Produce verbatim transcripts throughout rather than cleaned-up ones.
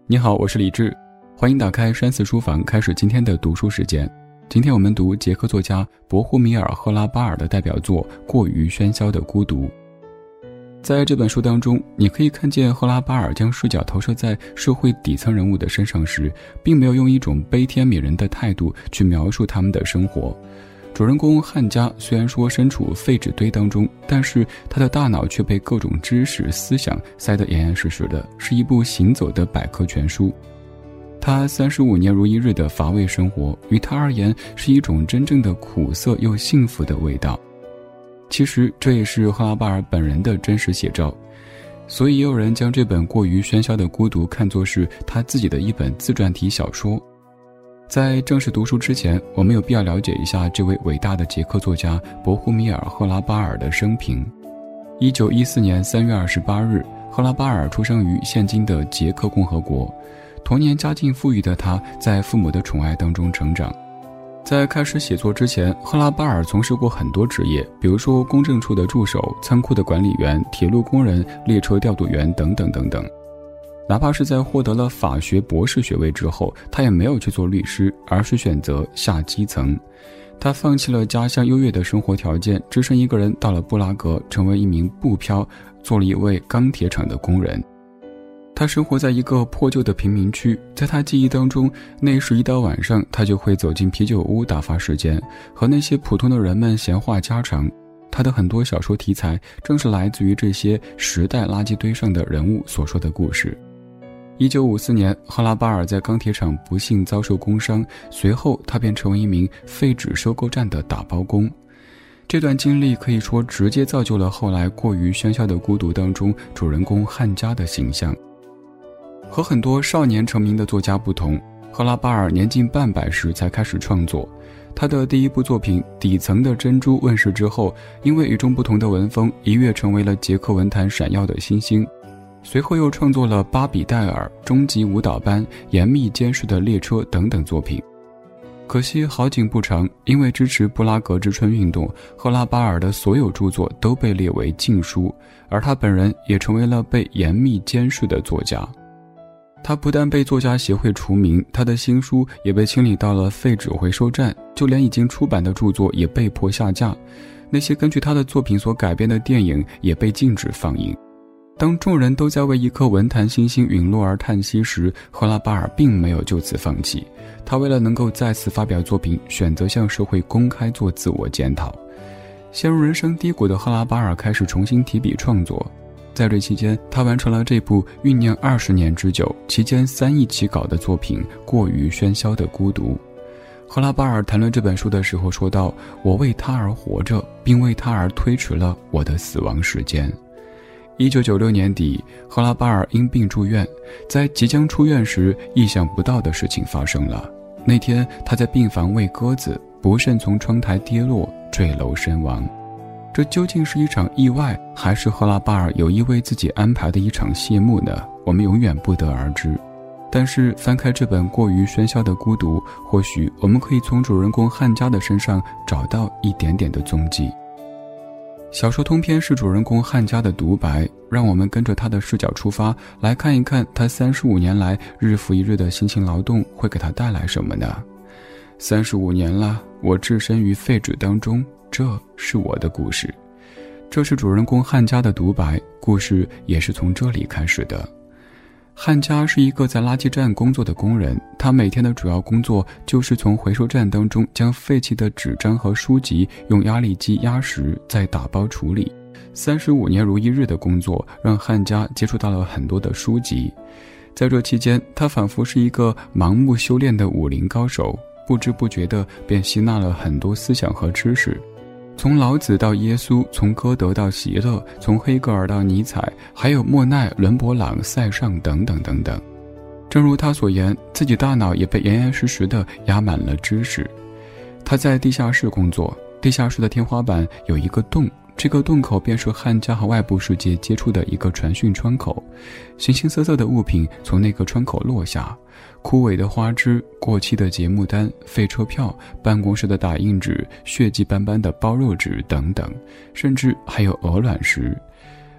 你好，我是李志，欢迎打开山寺书房，开始今天的读书时间。今天我们读捷克作家博胡米尔·赫拉巴尔的代表作《过于喧嚣的孤独》。在这本书当中，你可以看见赫拉巴尔将视角投射在社会底层人物的身上时，并没有用一种悲天悯人的态度去描述他们的生活。主人公汉家虽然说身处废纸堆当中，但是他的大脑却被各种知识思想塞得严严实实的，是一部行走的百科全书。他三十五年如一日的乏味生活，于他而言是一种真正的苦涩又幸福的味道。其实这也是赫拉巴尔本人的真实写照，所以也有人将这本过于喧嚣的孤独看作是他自己的一本自传体小说。在正式读书之前，我们有必要了解一下这位伟大的捷克作家博胡米尔·赫拉巴尔的生平。一九一四年三月二十八日，赫拉巴尔出生于现今的捷克共和国。童年家境富裕的他，在父母的宠爱当中成长。在开始写作之前，赫拉巴尔从事过很多职业，比如说公证处的助手、仓库的管理员、铁路工人、列车调度员等等等等。哪怕是在获得了法学博士学位之后，他也没有去做律师，而是选择下基层。他放弃了家乡优越的生活条件，只身一个人到了布拉格，成为一名布漂，做了一位钢铁厂的工人。他生活在一个破旧的贫民区，在他记忆当中，那时一到晚上，他就会走进啤酒屋打发时间，和那些普通的人们闲话家常。他的很多小说题材正是来自于这些时代垃圾堆上的人物所说的故事。一九五四年，赫拉巴尔在钢铁厂不幸遭受工伤，随后他便成为一名废纸收购站的打包工。这段经历可以说直接造就了后来过于喧嚣的孤独当中主人公汉家的形象。和很多少年成名的作家不同，赫拉巴尔年近半百时才开始创作。他的第一部作品《底层的珍珠》问世之后，因为与众不同的文风，一跃成为了捷克文坛闪耀的新星。随后又创作了《巴比戴尔》《终极舞蹈班》《严密监视的列车》等等作品。可惜好景不长，因为支持布拉格之春运动，赫拉巴尔的所有著作都被列为禁书，而他本人也成为了被严密监视的作家。他不但被作家协会除名，他的新书也被清理到了废纸回收站，就连已经出版的著作也被迫下架。那些根据他的作品所改编的电影也被禁止放映。当众人都在为一颗文坛新星陨落而叹息时，赫拉巴尔并没有就此放弃。他为了能够再次发表作品，选择向社会公开做自我检讨。陷入人生低谷的赫拉巴尔开始重新提笔创作。在这期间，他完成了这部酝酿二十年之久，期间三易起稿的作品《过于喧嚣的孤独》。赫拉巴尔谈论这本书的时候说道：“我为他而活着，并为他而推迟了我的死亡时间。”一九九六年底，赫拉巴尔因病住院，在即将出院时，意想不到的事情发生了。那天，他在病房喂鸽子，不慎从窗台跌落，坠楼身亡。这究竟是一场意外，还是赫拉巴尔有意为自己安排的一场谢幕呢？我们永远不得而知。但是翻开这本过于喧嚣的孤独，或许我们可以从主人公汉家的身上找到一点点的踪迹。小说通篇是主人公汉家的独白，让我们跟着他的视角出发，来看一看他三十五年来日复一日的辛勤劳动会给他带来什么呢？三十五年了，我置身于废纸当中，这是我的故事。这是主人公汉家的独白，故事也是从这里开始的。汉家是一个在垃圾站工作的工人，他每天的主要工作就是从回收站当中将废弃的纸张和书籍用压力机压实，再打包处理。三十五年如一日的工作让汉家接触到了很多的书籍，在这期间，他仿佛是一个盲目修炼的武林高手，不知不觉地便吸纳了很多思想和知识。从老子到耶稣，从歌德到席勒，从黑格尔到尼采，还有莫奈、伦勃朗、塞尚等等等等。正如他所言，自己大脑也被严严实实地压满了知识。他在地下室工作，地下室的天花板有一个洞，这个洞口便是汉家和外部世界接触的一个传讯窗口。形形色色的物品从那个窗口落下，枯萎的花枝、过期的节目单、废车票、办公室的打印纸、血迹斑斑的包肉纸等等，甚至还有鹅卵石。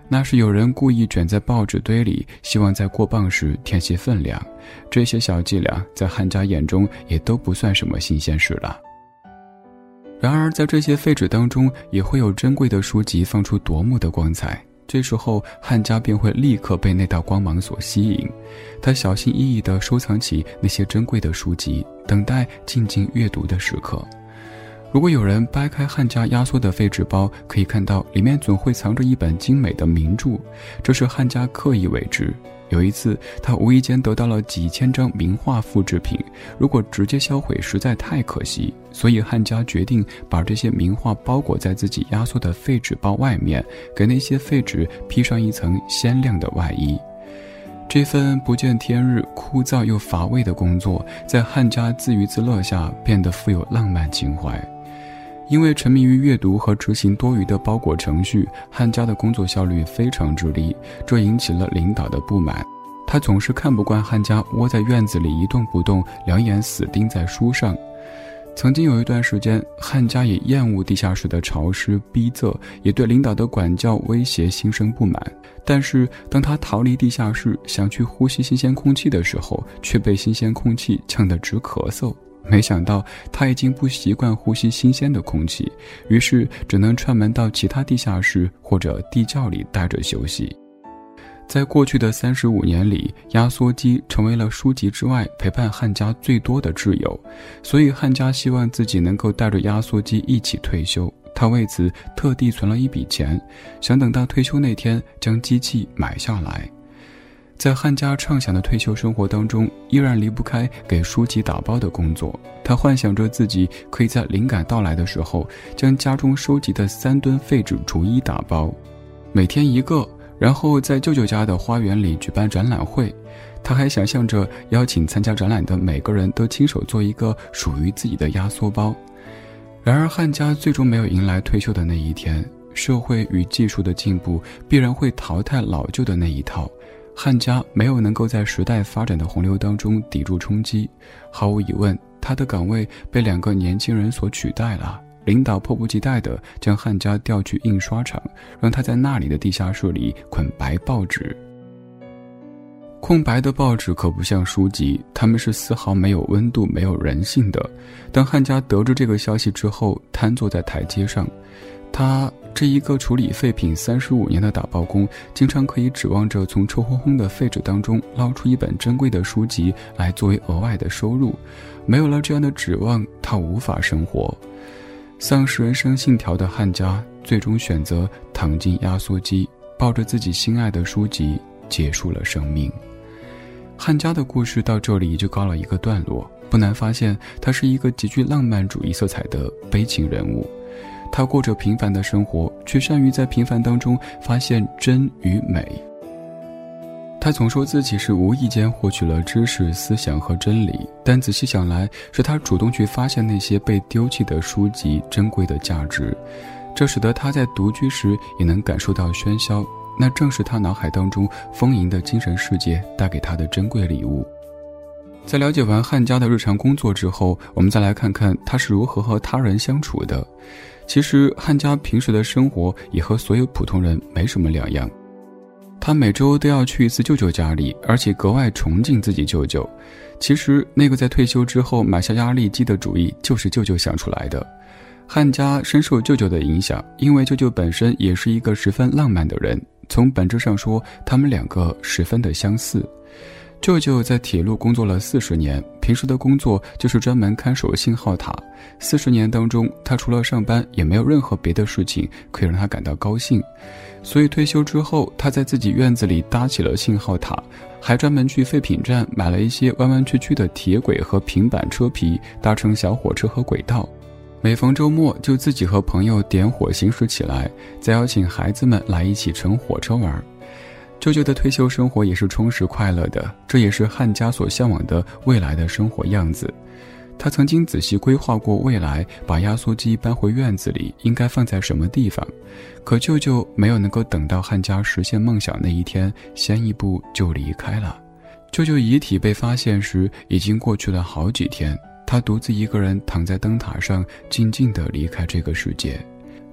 那是有人故意卷在报纸堆里，希望在过磅时添些分量。这些小伎俩在汉家眼中也都不算什么新鲜事了。然而在这些废纸当中，也会有珍贵的书籍放出夺目的光彩，这时候汉家便会立刻被那道光芒所吸引。他小心翼翼地收藏起那些珍贵的书籍，等待静静阅读的时刻。如果有人掰开汉家压缩的废纸包，可以看到里面总会藏着一本精美的名著，这是汉家刻意为之。有一次他无意间得到了几千张名画复制品，如果直接销毁实在太可惜，所以汉家决定把这些名画包裹在自己压缩的废纸包外面，给那些废纸披上一层鲜亮的外衣。这份不见天日、枯燥又乏味的工作，在汉家自娱自乐下变得富有浪漫情怀。因为沉迷于阅读和执行多余的包裹程序，汉家的工作效率非常之低，这引起了领导的不满。他总是看不惯汉家窝在院子里一动不动，两眼死盯在书上。曾经有一段时间，汉家也厌恶地下室的潮湿逼仄，也对领导的管教威胁心生不满。但是当他逃离地下室，想去呼吸新鲜空气的时候，却被新鲜空气呛得直咳嗽。没想到他已经不习惯呼吸新鲜的空气，于是只能串门到其他地下室或者地窖里待着休息。在过去的三十五年里，压缩机成为了书籍之外陪伴汉家最多的挚友，所以汉家希望自己能够带着压缩机一起退休。他为此特地存了一笔钱，想等到退休那天将机器买下来。在汉家畅想的退休生活当中，依然离不开给书籍打包的工作。他幻想着自己可以在灵感到来的时候，将家中收集的三吨废纸逐一打包，每天一个，然后在舅舅家的花园里举办展览会。他还想象着邀请参加展览的每个人都亲手做一个属于自己的压缩包。然而汉家最终没有迎来退休的那一天，社会与技术的进步必然会淘汰老旧的那一套。汉家没有能够在时代发展的洪流当中抵住冲击，毫无疑问，他的岗位被两个年轻人所取代了。领导迫不及待地将汉家调去印刷厂，让他在那里的地下室里捆白报纸。空白的报纸可不像书籍，它们是丝毫没有温度、没有人性的。当汉家得知这个消息之后，瘫坐在台阶上。他这一个处理废品三十五年的打包工，经常可以指望着从臭烘烘的废纸当中捞出一本珍贵的书籍来作为额外的收入。没有了这样的指望，他无法生活。丧失人生信条的汉家，最终选择躺进压缩机，抱着自己心爱的书籍，结束了生命。汉家的故事到这里就告了一个段落，不难发现，他是一个极具浪漫主义色彩的悲情人物。他过着平凡的生活，却善于在平凡当中发现真与美。他总说自己是无意间获取了知识、思想和真理，但仔细想来，是他主动去发现那些被丢弃的书籍珍贵的价值，这使得他在独居时也能感受到喧嚣，那正是他脑海当中丰盈的精神世界带给他的珍贵礼物。在了解完汉家的日常工作之后，我们再来看看他是如何和他人相处的。其实汉家平时的生活也和所有普通人没什么两样。他每周都要去一次舅舅家里，而且格外崇敬自己舅舅。其实那个在退休之后买下压力机的主意就是舅舅想出来的。汉家深受舅舅的影响，因为舅舅本身也是一个十分浪漫的人，从本质上说，他们两个十分的相似。舅舅在铁路工作了四十年，平时的工作就是专门看守信号塔。四十年当中，他除了上班，也没有任何别的事情可以让他感到高兴。所以退休之后，他在自己院子里搭起了信号塔，还专门去废品站买了一些弯弯曲曲的铁轨和平板车皮，搭成小火车和轨道。每逢周末，就自己和朋友点火行驶起来，再邀请孩子们来一起乘火车玩。舅舅的退休生活也是充实快乐的，这也是汉家所向往的未来的生活样子。他曾经仔细规划过未来，把压缩机搬回院子里应该放在什么地方，可舅舅没有能够等到汉家实现梦想那一天，先一步就离开了。舅舅遗体被发现时，已经过去了好几天，他独自一个人躺在灯塔上，静静地离开这个世界。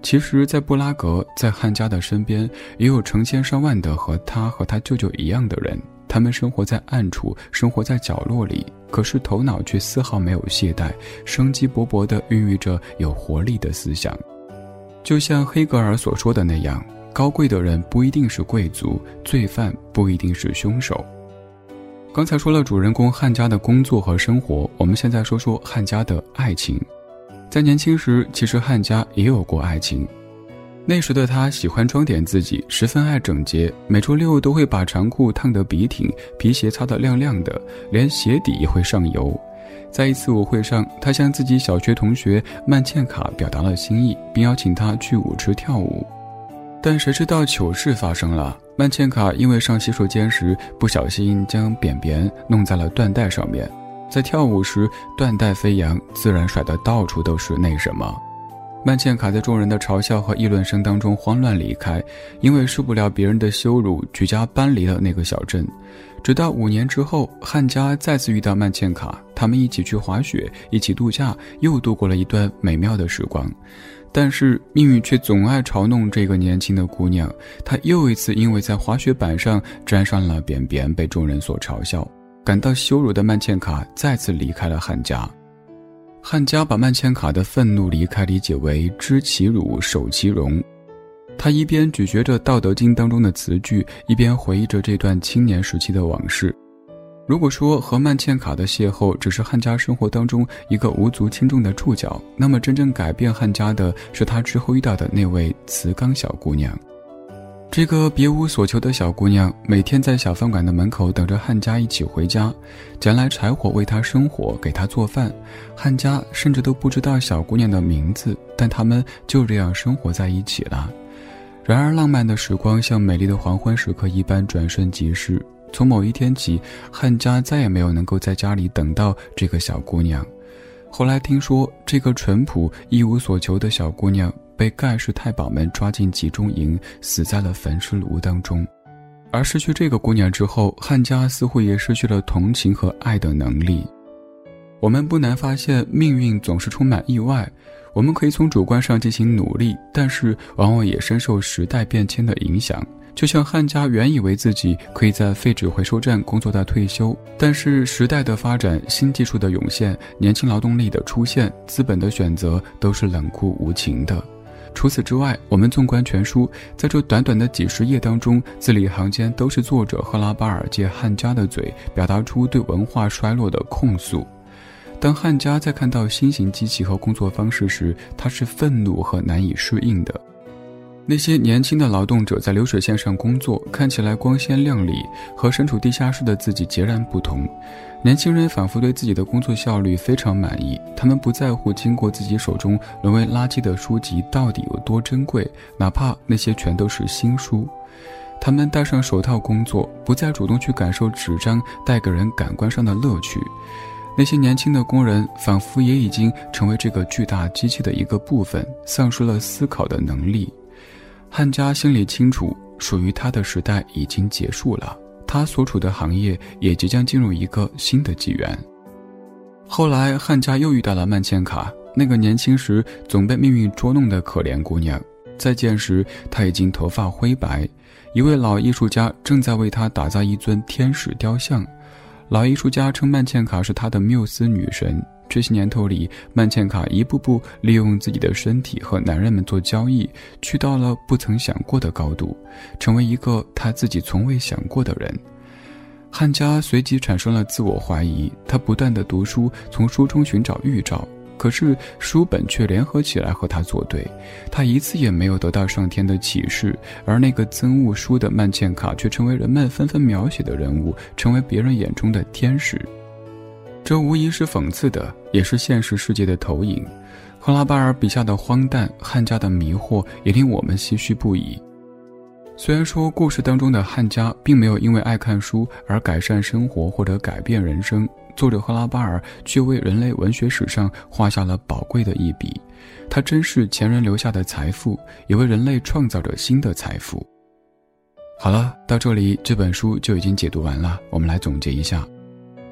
其实在布拉格，在汉家的身边，也有成千上万的和他和他舅舅一样的人，他们生活在暗处，生活在角落里，可是头脑却丝毫没有懈怠，生机勃勃地孕育着有活力的思想。就像黑格尔所说的那样，高贵的人不一定是贵族，罪犯不一定是凶手。刚才说了主人公汉家的工作和生活，我们现在说说汉家的爱情。在年轻时，其实汉家也有过爱情。那时的他喜欢装点自己，十分爱整洁，每周六都会把长裤烫得笔挺，皮鞋擦得亮亮的，连鞋底也会上油。在一次舞会上，他向自己小学同学曼茜卡表达了心意，并邀请他去舞池跳舞。但谁知道糗事发生了，曼茜卡因为上洗手间时不小心将便便弄在了缎带上面，在跳舞时缎带飞扬，自然甩得到处都是那什么。曼茜卡在众人的嘲笑和议论声当中慌乱离开，因为受不了别人的羞辱，举家搬离了那个小镇。直到五年之后，汉家再次遇到曼茜卡，他们一起去滑雪，一起度假，又度过了一段美妙的时光。但是命运却总爱嘲弄这个年轻的姑娘，她又一次因为在滑雪板上沾上了便便，被众人所嘲笑。感到羞辱的曼茜卡再次离开了汉家。汉家把曼茜卡的愤怒离开理解为知其辱，守其容。他一边咀嚼着《道德经》当中的词句，一边回忆着这段青年时期的往事。如果说和曼茜卡的邂逅只是汉家生活当中一个无足轻重的触角，那么真正改变汉家的是他之后遇到的那位慈冈小姑娘。这个别无所求的小姑娘每天在小饭馆的门口等着汉家一起回家，捡来柴火为她生火，给她做饭。汉家甚至都不知道小姑娘的名字，但他们就这样生活在一起了。然而浪漫的时光像美丽的黄昏时刻一般转瞬即逝。从某一天起，汉家再也没有能够在家里等到这个小姑娘。后来听说，这个淳朴一无所求的小姑娘被盖世太保们抓进集中营，死在了焚尸炉当中。而失去这个姑娘之后，汉家似乎也失去了同情和爱的能力。我们不难发现，命运总是充满意外。我们可以从主观上进行努力，但是往往也深受时代变迁的影响。就像汉家原以为自己可以在废纸回收站工作到退休，但是时代的发展，新技术的涌现，年轻劳动力的出现，资本的选择都是冷酷无情的。除此之外，我们纵观全书，在这短短的几十页当中，字里行间都是作者赫拉巴尔借汉家的嘴表达出对文化衰落的控诉。当汉家在看到新型机器和工作方式时，他是愤怒和难以适应的。那些年轻的劳动者在流水线上工作，看起来光鲜亮丽，和身处地下室的自己截然不同。年轻人仿佛对自己的工作效率非常满意，他们不在乎经过自己手中沦为垃圾的书籍到底有多珍贵，哪怕那些全都是新书。他们戴上手套工作，不再主动去感受纸张带给人感官上的乐趣。那些年轻的工人仿佛也已经成为这个巨大机器的一个部分，丧失了思考的能力。汉家心里清楚，属于他的时代已经结束了，他所处的行业也即将进入一个新的纪元。后来汉家又遇到了曼茜卡，那个年轻时总被命运捉弄的可怜姑娘。再见时，她已经头发灰白，一位老艺术家正在为她打造一尊天使雕像。老艺术家称曼茜卡是他的缪斯女神。这些年头里，曼茜卡一步步利用自己的身体和男人们做交易，去到了不曾想过的高度，成为一个他自己从未想过的人。汉家随即产生了自我怀疑，他不断地读书，从书中寻找预兆，可是书本却联合起来和他作对，他一次也没有得到上天的启示，而那个憎恶书的曼茜卡却成为人们纷纷描写的人物，成为别人眼中的天使。这无疑是讽刺的，也是现实世界的投影。赫拉巴尔笔下的荒诞，汉家的迷惑，也令我们唏嘘不已。虽然说故事当中的汉家并没有因为爱看书而改善生活或者改变人生，作者赫拉巴尔却为人类文学史上画下了宝贵的一笔。他珍视前人留下的财富，也为人类创造着新的财富。好了，到这里这本书就已经解读完了，我们来总结一下。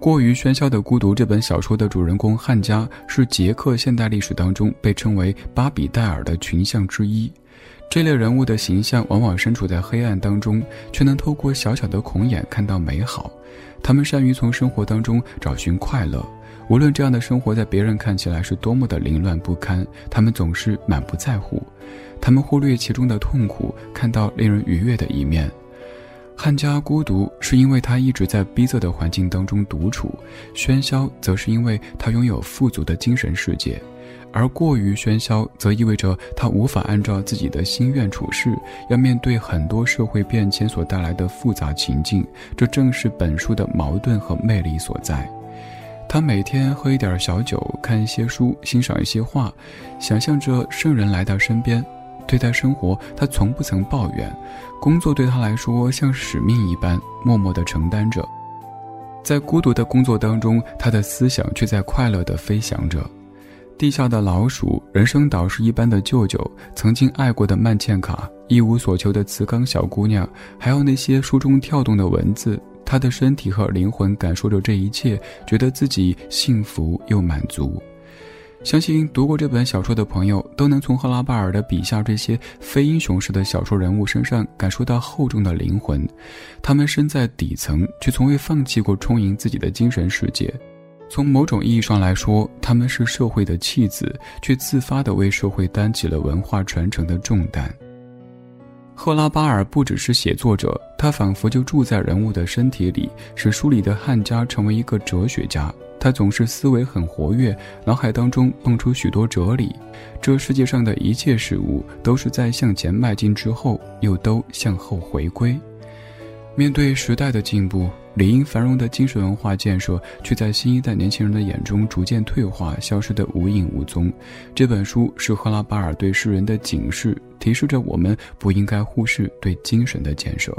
过于喧嚣的孤独》这本小说的主人公汉家是捷克现代历史当中被称为巴比戴尔的群像之一。这类人物的形象往往身处在黑暗当中，却能透过小小的孔眼看到美好。他们善于从生活当中找寻快乐，无论这样的生活在别人看起来是多么的凌乱不堪，他们总是满不在乎。他们忽略其中的痛苦，看到令人愉悦的一面。汉家孤独是因为他一直在逼仄的环境当中独处，喧嚣则是因为他拥有富足的精神世界。而过于喧嚣则意味着他无法按照自己的心愿处事，要面对很多社会变迁所带来的复杂情境，这正是本书的矛盾和魅力所在。他每天喝一点小酒，看一些书，欣赏一些画，想象着圣人来到身边。对待生活，他从不曾抱怨，工作对他来说像使命一般，默默地承担着。在孤独的工作当中，他的思想却在快乐地飞翔着。地下的老鼠，人生导师一般的舅舅，曾经爱过的曼茜卡，一无所求的慈冈小姑娘，还有那些书中跳动的文字，他的身体和灵魂感受着这一切，觉得自己幸福又满足。相信读过这本小说的朋友都能从赫拉巴尔的笔下这些非英雄式的小说人物身上感受到厚重的灵魂。他们身在底层，却从未放弃过充盈自己的精神世界。从某种意义上来说，他们是社会的弃子，却自发地为社会担起了文化传承的重担。赫拉巴尔不只是写作者，他仿佛就住在人物的身体里，使书里的汉家成为一个哲学家。他总是思维很活跃，脑海当中蹦出许多哲理。这世界上的一切事物都是在向前迈进之后，又都向后回归。面对时代的进步，理应繁荣的精神文化建设却在新一代年轻人的眼中逐渐退化，消失得无影无踪。这本书是赫拉巴尔对世人的警示，提示着我们不应该忽视对精神的建设。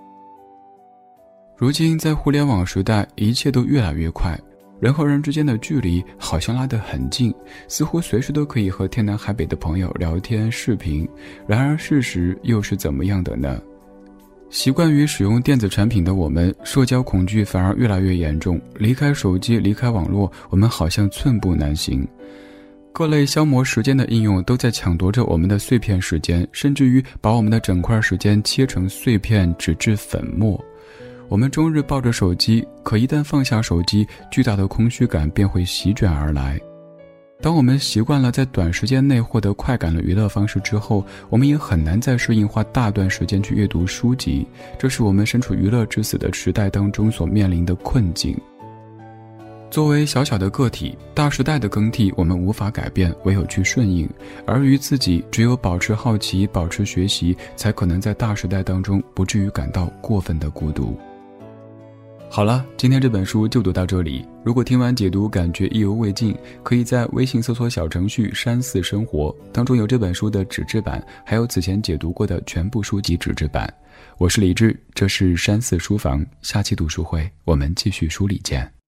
如今在互联网时代，一切都越来越快，人和人之间的距离好像拉得很近，似乎随时都可以和天南海北的朋友聊天视频。然而事实又是怎么样的呢？习惯于使用电子产品的我们，社交恐惧反而越来越严重，离开手机，离开网络，我们好像寸步难行。各类消磨时间的应用都在抢夺着我们的碎片时间，甚至于把我们的整块时间切成碎片，直至粉末。我们终日抱着手机，可一旦放下手机，巨大的空虚感便会席卷而来。当我们习惯了在短时间内获得快感的娱乐方式之后，我们也很难再适应花大段时间去阅读书籍，这是我们身处娱乐至死的时代当中所面临的困境。作为小小的个体，大时代的更替我们无法改变，唯有去顺应。而于自己，只有保持好奇，保持学习，才可能在大时代当中不至于感到过分的孤独。好了，今天这本书就读到这里。如果听完解读感觉意犹未尽，可以在微信搜索小程序山寺生活，当中有这本书的纸质版，还有此前解读过的全部书籍纸质版。我是李志，这是山寺书房，下期读书会我们继续书里见。